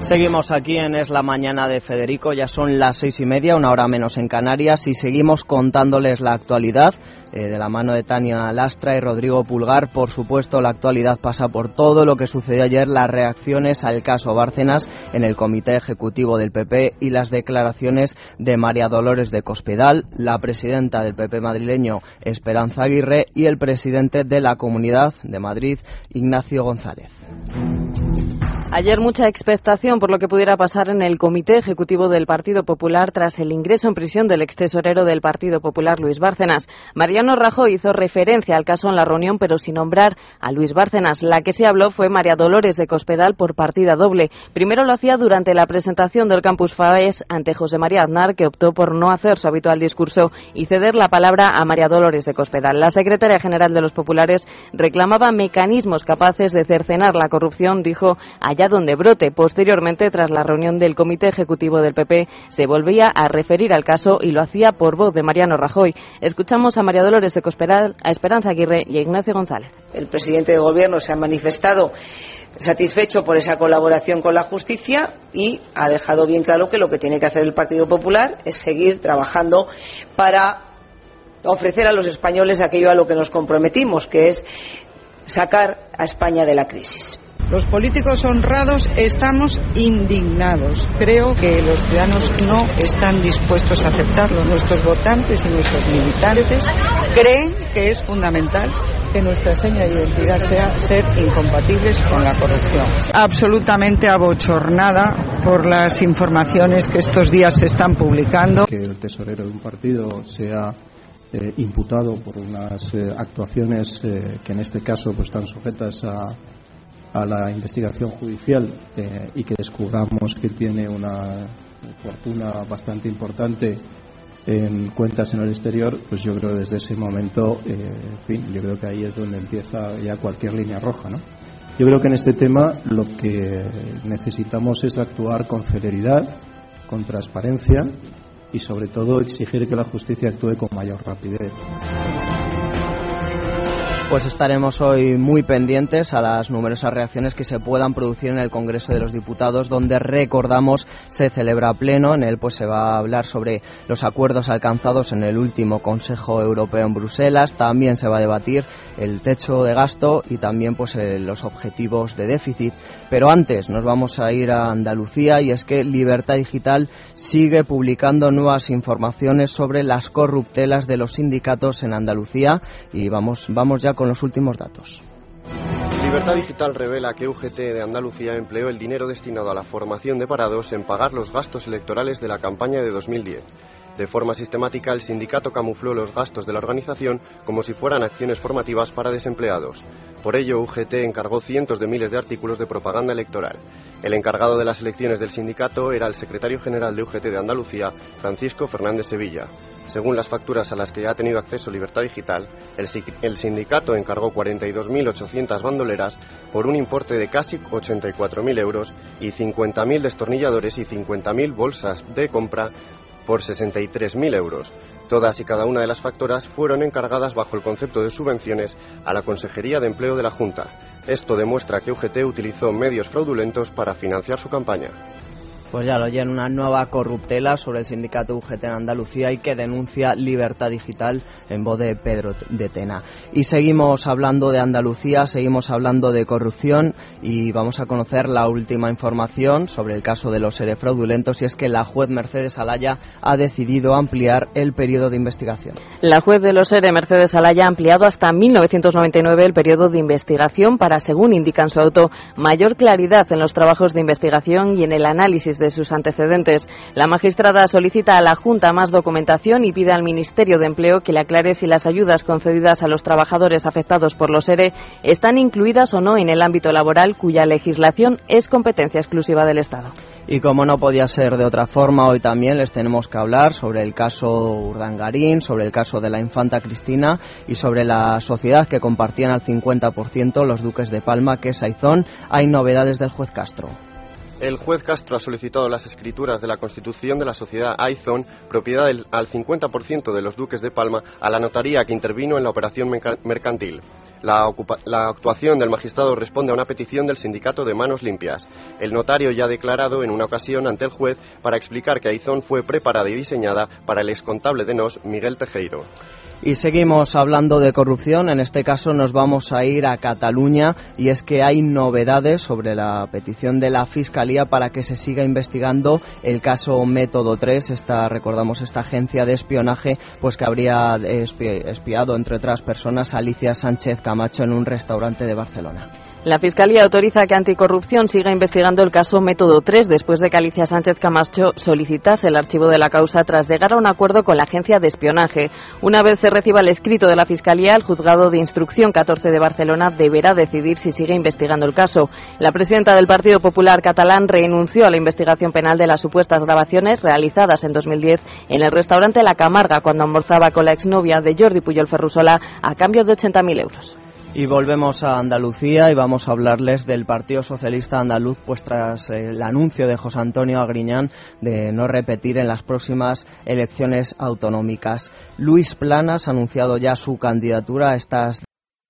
Seguimos aquí en Es la Mañana de Federico, ya son las 6:30, una hora menos en Canarias, y seguimos contándoles la actualidad de la mano de Tania Lastra y Rodrigo Pulgar. Por supuesto, la actualidad pasa por todo lo que sucedió ayer, las reacciones al caso Bárcenas en el Comité Ejecutivo del PP y las declaraciones de María Dolores de Cospedal, la presidenta del PP madrileño Esperanza Aguirre y el presidente de la Comunidad de Madrid, Ignacio González. Ayer mucha expectación por lo que pudiera pasar en el Comité Ejecutivo del Partido Popular tras el ingreso en prisión del extesorero del Partido Popular, Luis Bárcenas. Mariano Rajoy hizo referencia al caso en la reunión, pero sin nombrar a Luis Bárcenas. La que sí habló fue María Dolores de Cospedal por partida doble. Primero lo hacía durante la presentación del Campus FAES ante José María Aznar, que optó por no hacer su habitual discurso y ceder la palabra a María Dolores de Cospedal. La secretaria general de los populares reclamaba mecanismos capaces de cercenar la corrupción, dijo, allá donde brote. Posteriormente, tras la reunión del Comité Ejecutivo del PP, se volvía a referir al caso y lo hacía por voz de Mariano Rajoy. Escuchamos a María Dolores de Cospedal, a Esperanza Aguirre y a Ignacio González. El presidente de Gobierno se ha manifestado satisfecho por esa colaboración con la justicia y ha dejado bien claro que lo que tiene que hacer el Partido Popular es seguir trabajando para ofrecer a los españoles aquello a lo que nos comprometimos, que es sacar a España de la crisis. Los políticos honrados estamos indignados. Creo que los ciudadanos no están dispuestos a aceptarlo. Nuestros votantes y nuestros militantes creen que es fundamental que nuestra seña de identidad sea ser incompatibles con la corrupción. Absolutamente abochornada por las informaciones que estos días se están publicando. Que el tesorero de un partido sea imputado por unas actuaciones que en este caso pues están sujetas a la investigación judicial y que descubramos que tiene una fortuna bastante importante en cuentas en el exterior, pues yo creo que desde ese momento, en fin, yo creo que ahí es donde empieza ya cualquier línea roja, ¿no? Yo creo que en este tema lo que necesitamos es actuar con celeridad, con transparencia y sobre todo exigir que la justicia actúe con mayor rapidez. Pues estaremos hoy muy pendientes a las numerosas reacciones que se puedan producir en el Congreso de los Diputados, donde, recordamos, se celebra pleno. En él pues se va a hablar sobre los acuerdos alcanzados en el último Consejo Europeo en Bruselas. También se va a debatir el techo de gasto y también pues los objetivos de déficit. Pero antes nos vamos a ir a Andalucía, y es que Libertad Digital sigue publicando nuevas informaciones sobre las corruptelas de los sindicatos en Andalucía, y vamos ya con los últimos datos. Libertad Digital revela que UGT de Andalucía empleó el dinero destinado a la formación de parados en pagar los gastos electorales de la campaña de 2010. De forma sistemática, el sindicato camufló los gastos de la organización como si fueran acciones formativas para desempleados. Por ello, UGT encargó cientos de miles de artículos de propaganda electoral. El encargado de las elecciones del sindicato era el secretario general de UGT de Andalucía, Francisco Fernández Sevilla. Según las facturas a las que ha tenido acceso Libertad Digital, el sindicato encargó 42.800 bandoleras por un importe de casi 84.000 euros y 50.000 destornilladores y 50.000 bolsas de compra por 63.000 euros. Todas y cada una de las facturas fueron encargadas bajo el concepto de subvenciones a la Consejería de Empleo de la Junta. Esto demuestra que UGT utilizó medios fraudulentos para financiar su campaña. Pues ya lo oyen, una nueva corruptela sobre el sindicato UGT en Andalucía y que denuncia Libertad Digital en voz de Pedro de Tena. Y seguimos hablando de Andalucía, seguimos hablando de corrupción y vamos a conocer la última información sobre el caso de los ERE fraudulentos, y es que la juez Mercedes Alaya ha decidido ampliar el periodo de investigación. La juez de los ERE, Mercedes Alaya, ha ampliado hasta 1999 el periodo de investigación para, según indica en su auto, mayor claridad en los trabajos de investigación y en el análisis de sus antecedentes. La magistrada solicita a la Junta más documentación y pide al Ministerio de Empleo que le aclare si las ayudas concedidas a los trabajadores afectados por los ERE están incluidas o no en el ámbito laboral, cuya legislación es competencia exclusiva del Estado. Y como no podía ser de otra forma, hoy también les tenemos que hablar sobre el caso Urdangarín, sobre el caso de la infanta Cristina y sobre la sociedad que compartían al 50% los duques de Palma, que es Aizón. Hay novedades del juez Castro. El juez Castro ha solicitado las escrituras de la constitución de la sociedad Aizon, propiedad al 50% de los duques de Palma, a la notaría que intervino en la operación mercantil. La actuación del magistrado responde a una petición del sindicato de Manos Limpias. El notario ya ha declarado en una ocasión ante el juez para explicar que Aizon fue preparada y diseñada para el excontable de Nos, Miguel Tejero. Y seguimos hablando de corrupción, en este caso nos vamos a ir a Cataluña, y es que hay novedades sobre la petición de la Fiscalía para que se siga investigando el caso Método 3, recordamos esta agencia de espionaje pues que habría espiado, entre otras personas, a Alicia Sánchez Camacho en un restaurante de Barcelona. La Fiscalía autoriza que Anticorrupción siga investigando el caso Método 3 después de que Alicia Sánchez Camacho solicitase el archivo de la causa tras llegar a un acuerdo con la agencia de espionaje. Una vez se reciba el escrito de la Fiscalía, el Juzgado de Instrucción 14 de Barcelona deberá decidir si sigue investigando el caso. La presidenta del Partido Popular catalán renunció a la investigación penal de las supuestas grabaciones realizadas en 2010 en el restaurante La Camarga cuando almorzaba con la exnovia de Jordi Pujol Ferrusola a cambio de 80.000 euros. Y volvemos a Andalucía y vamos a hablarles del Partido Socialista Andaluz, pues tras el anuncio de José Antonio Agriñán de no repetir en las próximas elecciones autonómicas. Luis Planas ha anunciado ya su candidatura a estas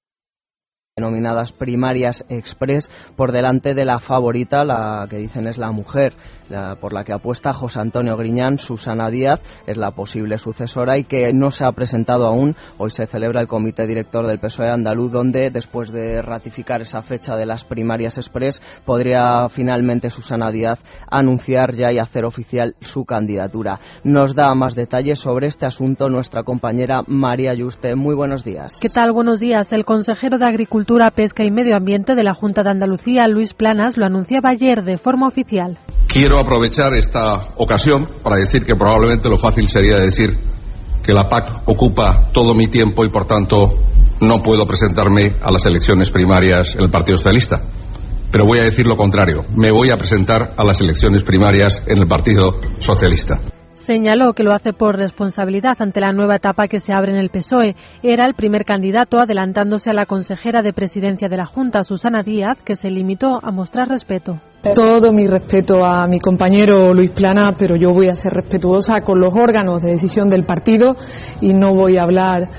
denominadas primarias express por delante de la favorita, la que dicen es la mujer, por la que apuesta José Antonio Griñán. Susana Díaz es la posible sucesora y que no se ha presentado aún. Hoy se celebra el comité director del PSOE andaluz, donde después de ratificar esa fecha de las primarias express podría finalmente Susana Díaz anunciar ya y hacer oficial su candidatura. Nos da más detalles sobre este asunto nuestra compañera María Yuste. Muy buenos días. ¿Qué tal? Buenos días. El consejero de Agricultura, Pesca y Medio Ambiente de la Junta de Andalucía, Luis Planas, lo anunciaba ayer de forma oficial. Quiero aprovechar esta ocasión para decir que probablemente lo fácil sería decir que la PAC ocupa todo mi tiempo y por tanto no puedo presentarme a las elecciones primarias en el Partido Socialista. Pero voy a decir lo contrario, me voy a presentar a las elecciones primarias en el Partido Socialista. Señaló que lo hace por responsabilidad ante la nueva etapa que se abre en el PSOE. Era el primer candidato, adelantándose a la consejera de Presidencia de la Junta, Susana Díaz, que se limitó a mostrar respeto. Todo mi respeto a mi compañero Luis Planas, pero yo voy a ser respetuosa con los órganos de decisión del partido y no voy a hablar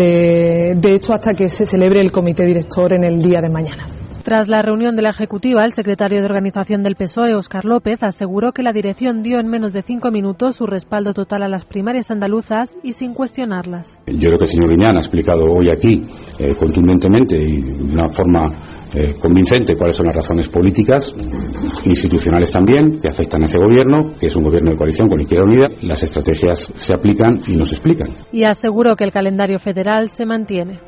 de esto hasta que se celebre el comité director en el día de mañana. Tras la reunión de la Ejecutiva, el secretario de Organización del PSOE, Óscar López, aseguró que la dirección dio en menos de 5 minutos su respaldo total a las primarias andaluzas y sin cuestionarlas. Yo creo que el señor Griñán ha explicado hoy aquí contundentemente y de una forma convincente cuáles son las razones políticas, institucionales también, que afectan a ese gobierno, que es un gobierno de coalición con Izquierda Unida. Las estrategias se aplican y no se explican. Y aseguró que el calendario federal se mantiene.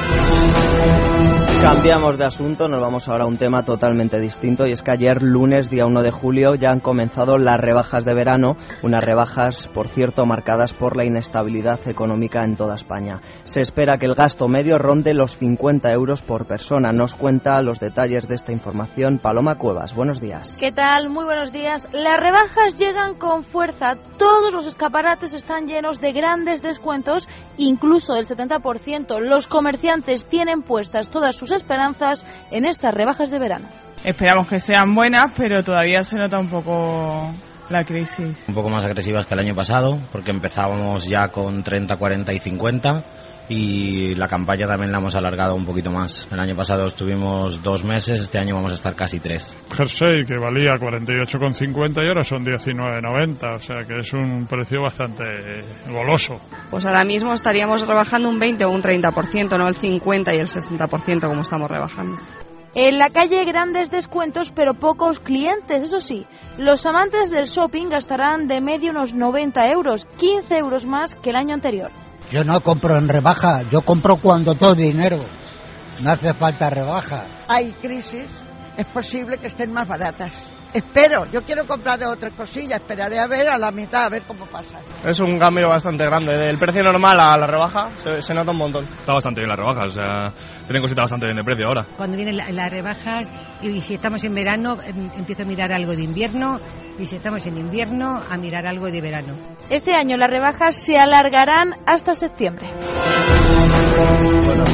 Cambiamos de asunto, nos vamos ahora a un tema totalmente distinto, y es que ayer, lunes, día 1 de julio, ya han comenzado las rebajas de verano, unas rebajas, por cierto, marcadas por la inestabilidad económica en toda España. Se espera que el gasto medio ronde los 50 euros por persona. Nos cuenta los detalles de esta información Paloma Cuevas. Buenos días. ¿Qué tal? Muy buenos días. Las rebajas llegan con fuerza. Todos los escaparates están llenos de grandes descuentos, incluso del 70%. Los comerciantes tienen puestas todas sus esperanzas en estas rebajas de verano. Esperamos que sean buenas, pero todavía se nota un poco la crisis. Un poco más agresivas que el año pasado, porque empezábamos ya con 30, 40 y 50, y la campaña también la hemos alargado un poquito más. El año pasado estuvimos 2 meses, este año vamos a estar casi 3. Jersey, que valía 48,50 y ahora son 19,90, o sea que es un precio bastante goloso. Pues ahora mismo estaríamos rebajando un 20 o un 30%, no el 50 y el 60% como estamos rebajando. En la calle grandes descuentos, pero pocos clientes, eso sí. Los amantes del shopping gastarán de media unos 90 euros, 15 euros más que el año anterior. Yo no compro en rebaja, yo compro cuando todo dinero. No hace falta rebaja. Hay crisis, es posible que estén más baratas. Espero, yo quiero comprar de otras cosillas, esperaré a ver a la mitad, a ver cómo pasa. Es un cambio bastante grande, del precio normal a la rebaja se nota un montón. Está bastante bien la rebaja, o sea, tienen cositas bastante bien de precio ahora. Cuando vienen las rebajas, y si estamos en verano, empiezo a mirar algo de invierno, y si estamos en invierno, a mirar algo de verano. Este año las rebajas se alargarán hasta septiembre. Bueno,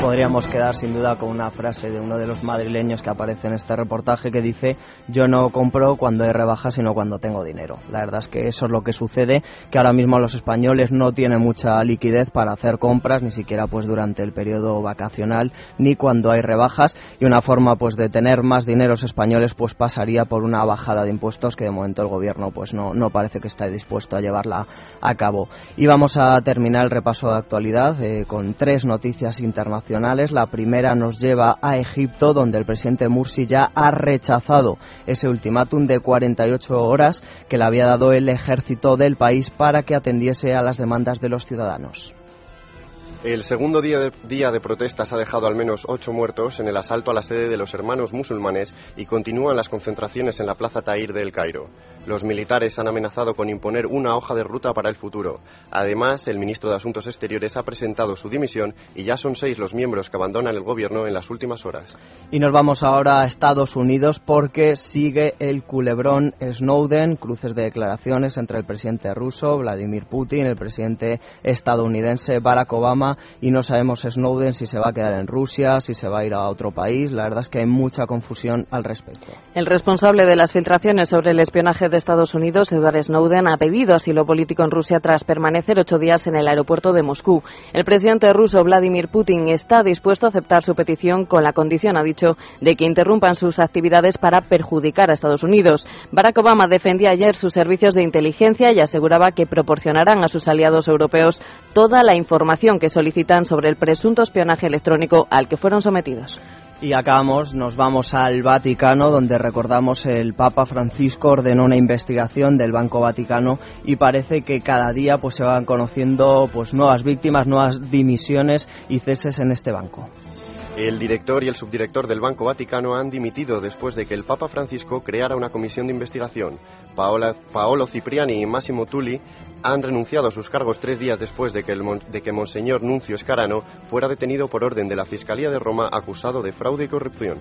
podríamos quedar sin duda con una frase de uno de los madrileños que aparece en este reportaje que dice: yo no compro cuando hay rebajas sino cuando tengo dinero. La verdad es que eso es lo que sucede, que ahora mismo los españoles no tienen mucha liquidez para hacer compras, ni siquiera pues durante el periodo vacacional ni cuando hay rebajas, y una forma pues de tener más dinero los españoles pues pasaría por una bajada de impuestos que de momento el gobierno pues no parece que esté dispuesto a llevarla a cabo. Y vamos a terminar el repaso de actualidad con 3 noticias internacionales. La primera nos lleva a Egipto, donde el presidente Morsi ya ha rechazado ese ultimátum de 48 horas que le había dado el ejército del país para que atendiese a las demandas de los ciudadanos. El segundo día de protestas ha dejado al menos 8 muertos en el asalto a la sede de los Hermanos Musulmanes y continúan las concentraciones en la Plaza Tahrir de El Cairo. Los militares han amenazado con imponer una hoja de ruta para el futuro. Además, el ministro de Asuntos Exteriores ha presentado su dimisión y ya son 6 los miembros que abandonan el gobierno en las últimas horas. Y nos vamos ahora a Estados Unidos porque sigue el culebrón Snowden, cruces de declaraciones entre el presidente ruso Vladimir Putin, el presidente estadounidense Barack Obama, y no sabemos Snowden si se va a quedar en Rusia, si se va a ir a otro país. La verdad es que hay mucha confusión al respecto. El responsable de las filtraciones sobre el espionaje de Estados Unidos, Edward Snowden, ha pedido asilo político en Rusia tras permanecer 8 días en el aeropuerto de Moscú. El presidente ruso Vladimir Putin está dispuesto a aceptar su petición con la condición, ha dicho, de que interrumpan sus actividades para perjudicar a Estados Unidos. Barack Obama defendía ayer sus servicios de inteligencia y aseguraba que proporcionarán a sus aliados europeos toda la información que solicitan sobre el presunto espionaje electrónico al que fueron sometidos. Y nos vamos al Vaticano, donde recordamos el Papa Francisco ordenó una investigación del Banco Vaticano y parece que cada día pues se van conociendo pues nuevas víctimas, nuevas dimisiones y ceses en este banco. El director y el subdirector del Banco Vaticano han dimitido después de que el Papa Francisco creara una comisión de investigación. Paolo Cipriani y Massimo Tulli han renunciado a sus cargos 3 días después de que Monseñor Nunzio Scarano fuera detenido por orden de la Fiscalía de Roma acusado de fraude y corrupción.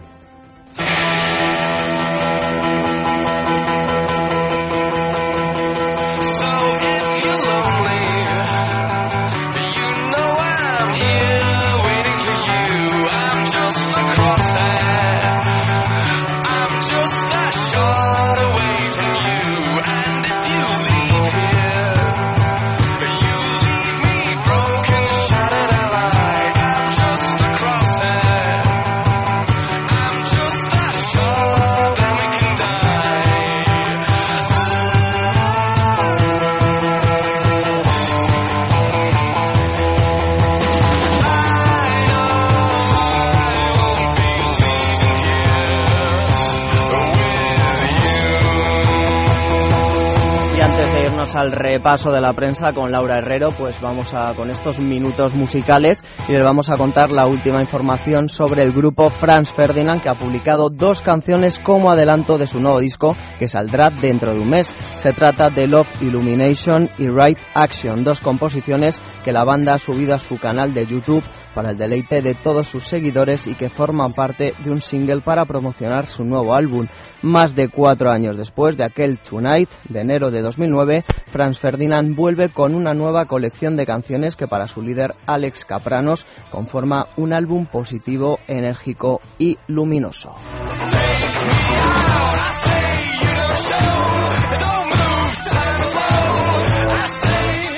Al repaso de la prensa con Laura Herrero, pues vamos con estos minutos musicales y les vamos a contar la última información sobre el grupo Franz Ferdinand, que ha publicado 2 canciones como adelanto de su nuevo disco que saldrá dentro de un mes. Se trata de Love Illumination y Right Action, 2 composiciones que la banda ha subido a su canal de YouTube para el deleite de todos sus seguidores y que forman parte de un single para promocionar su nuevo álbum. Más de 4 años después de aquel Tonight de enero de 2009, Franz Ferdinand vuelve con una nueva colección de canciones que para su líder Alex Kapranos conforma un álbum positivo, enérgico y luminoso. I say